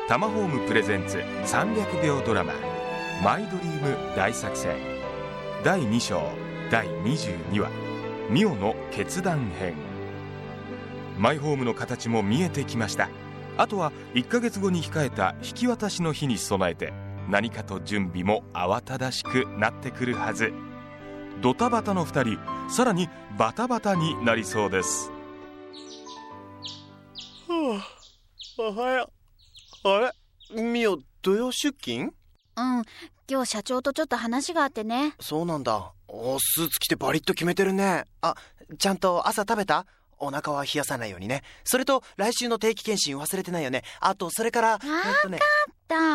タマホームプレゼンツ300秒ドラママイドリーム大作戦第2章第22話ミオの決断編。マイホームの形も見えてきました。あとは1ヶ月後に控えた引き渡しの日に備えて何かと準備も慌ただしくなってくるはず。ドタバタの2人、さらにバタバタになりそうです。 おはよう。あれ、ミオ土曜出勤？ 今日社長とちょっと話があってね。 そうなんだ。スーツ着てバリッと決めてるね。ちゃんと朝食べた？お腹は冷やさないようにね。それと来週の定期検診忘れてないよね。あとそれから分かった、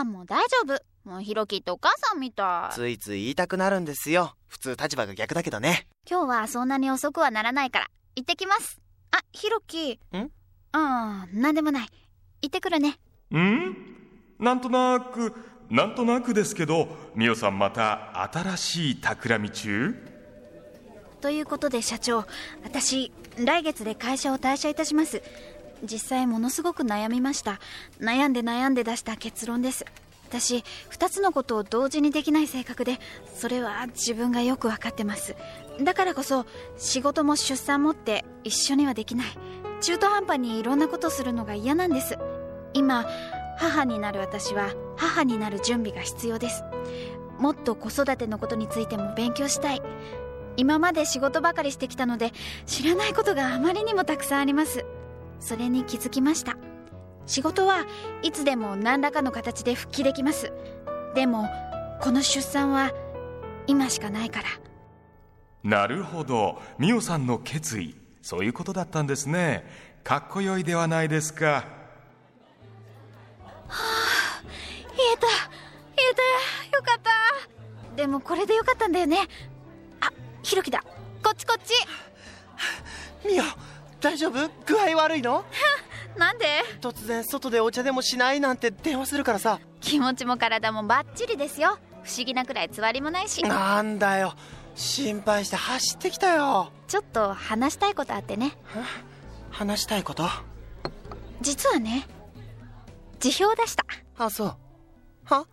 もう大丈夫。もうヒロキってお母さんみたい。 ついつい言いたくなるんですよ。普通立場が逆だけどね。 今日はそんなに遅くはならないから行ってきます。ヒロキ。なんでもない。行ってくるね。 なんとなくですけど、ミオさんまた新しい企み中？ ということで社長、私来月で会社を退社いたします。実際ものすごく悩みました。悩んで出した結論です。私2つのことを同時にできない性格で、それは自分がよく分かってます。だからこそ仕事も出産もって一緒にはできない。中途半端にいろんなことするのが嫌なんです。今母になる私は母になる準備が必要です。もっと子育てのことについても勉強したい。今まで仕事ばかりしてきたので知らないことがあまりにもたくさんあります。それに気づきました。仕事はいつでも何らかの形で復帰できます。でもこの出産は今しかないから。 なるほど、ミオさんの決意、そういうことだったんですね。かっこよいではないですか。 言えたよかった。でもこれでよかったんだよね。ヒロキだ、こっちミオ大丈夫？具合悪いの？ なんで？ 突然外でお茶でもしないなんて電話するからさ。 気持ちも体もバッチリですよ。不思議なくらいつわりもないし。 なんだよ、心配して走ってきたよ。 ちょっと話したいことあってね。 話したいこと？ 実はね、辞表出した。 そうは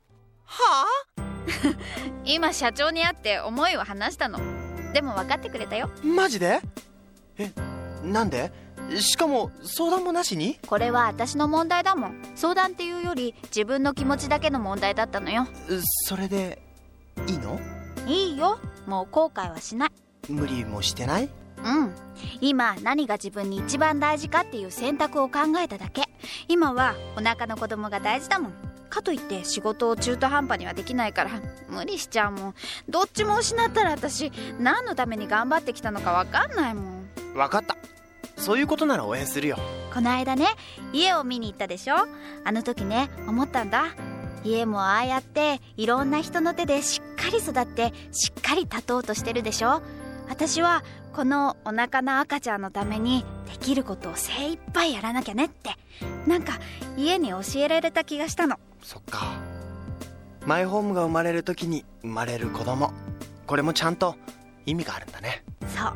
今社長に会って思いを話したの。でも分かってくれたよ。 マジで？なんで？しかも相談もなしに？ これは私の問題だもん。相談っていうより自分の気持ちだけの問題だったのよ。 それでいいの？ いいよ、もう後悔はしない。 無理もしてない？ 今何が自分に一番大事かっていう選択を考えただけ。今はお腹の子供が大事だもん。かといって仕事を中途半端にはできないから無理しちゃうもん。どっちも失ったら私何のために頑張ってきたのか分かんないもん。 分かった、そういうことなら応援するよ。 この間ね、家を見に行ったでしょ。あの時ね、思ったんだ。家もああやっていろんな人の手でしっかり育ってしっかり立とうとしてるでしょ。私はこのお腹の赤ちゃんのためにできることを精一杯やらなきゃねって、なんか家に教えられた気がしたの。 そっか、マイホームが生まれる時に生まれる子供、これもちゃんと意味があるんだね。 そう、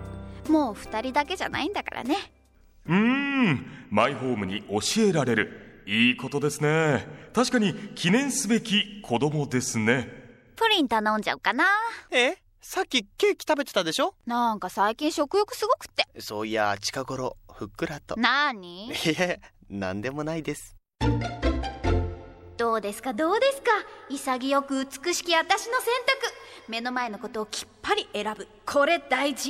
もう2人だけじゃないんだからね。 マイホームに教えられる、いいことですね。確かに記念すべき子供ですね。 プリン頼んじゃうかな。 さっきケーキ食べてたでしょ。 なんか最近食欲すごくって。 そういや近頃ふっくらと。 なに？ なんでもないです。 どうですか潔く美しき私の選択。目の前のことをきっぱり選ぶ、これ大事。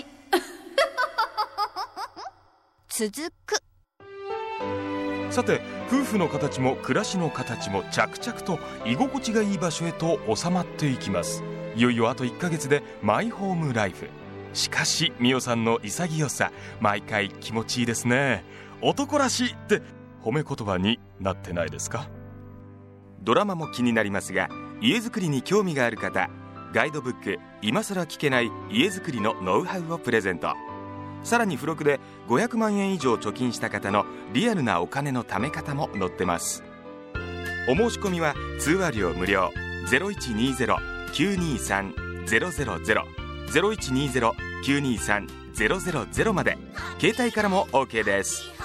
続く。 さて、夫婦の形も暮らしの形も着々と居心地がいい場所へと収まっていきます。いよいよあと1ヶ月でマイホームライフ。しかしミオさんの潔さ、毎回気持ちいいですね。男らしいって褒め言葉になってないですか？ドラマも気になりますが、家づくりに興味がある方、ガイドブック今さら聞けない家づくりのノウハウをプレゼント。さらに付録で500万円以上貯金した方のリアルなお金の貯め方も載ってます。お申し込みは通話料無料。 0120-923-000 0120-923-000まで。携帯からも OK です。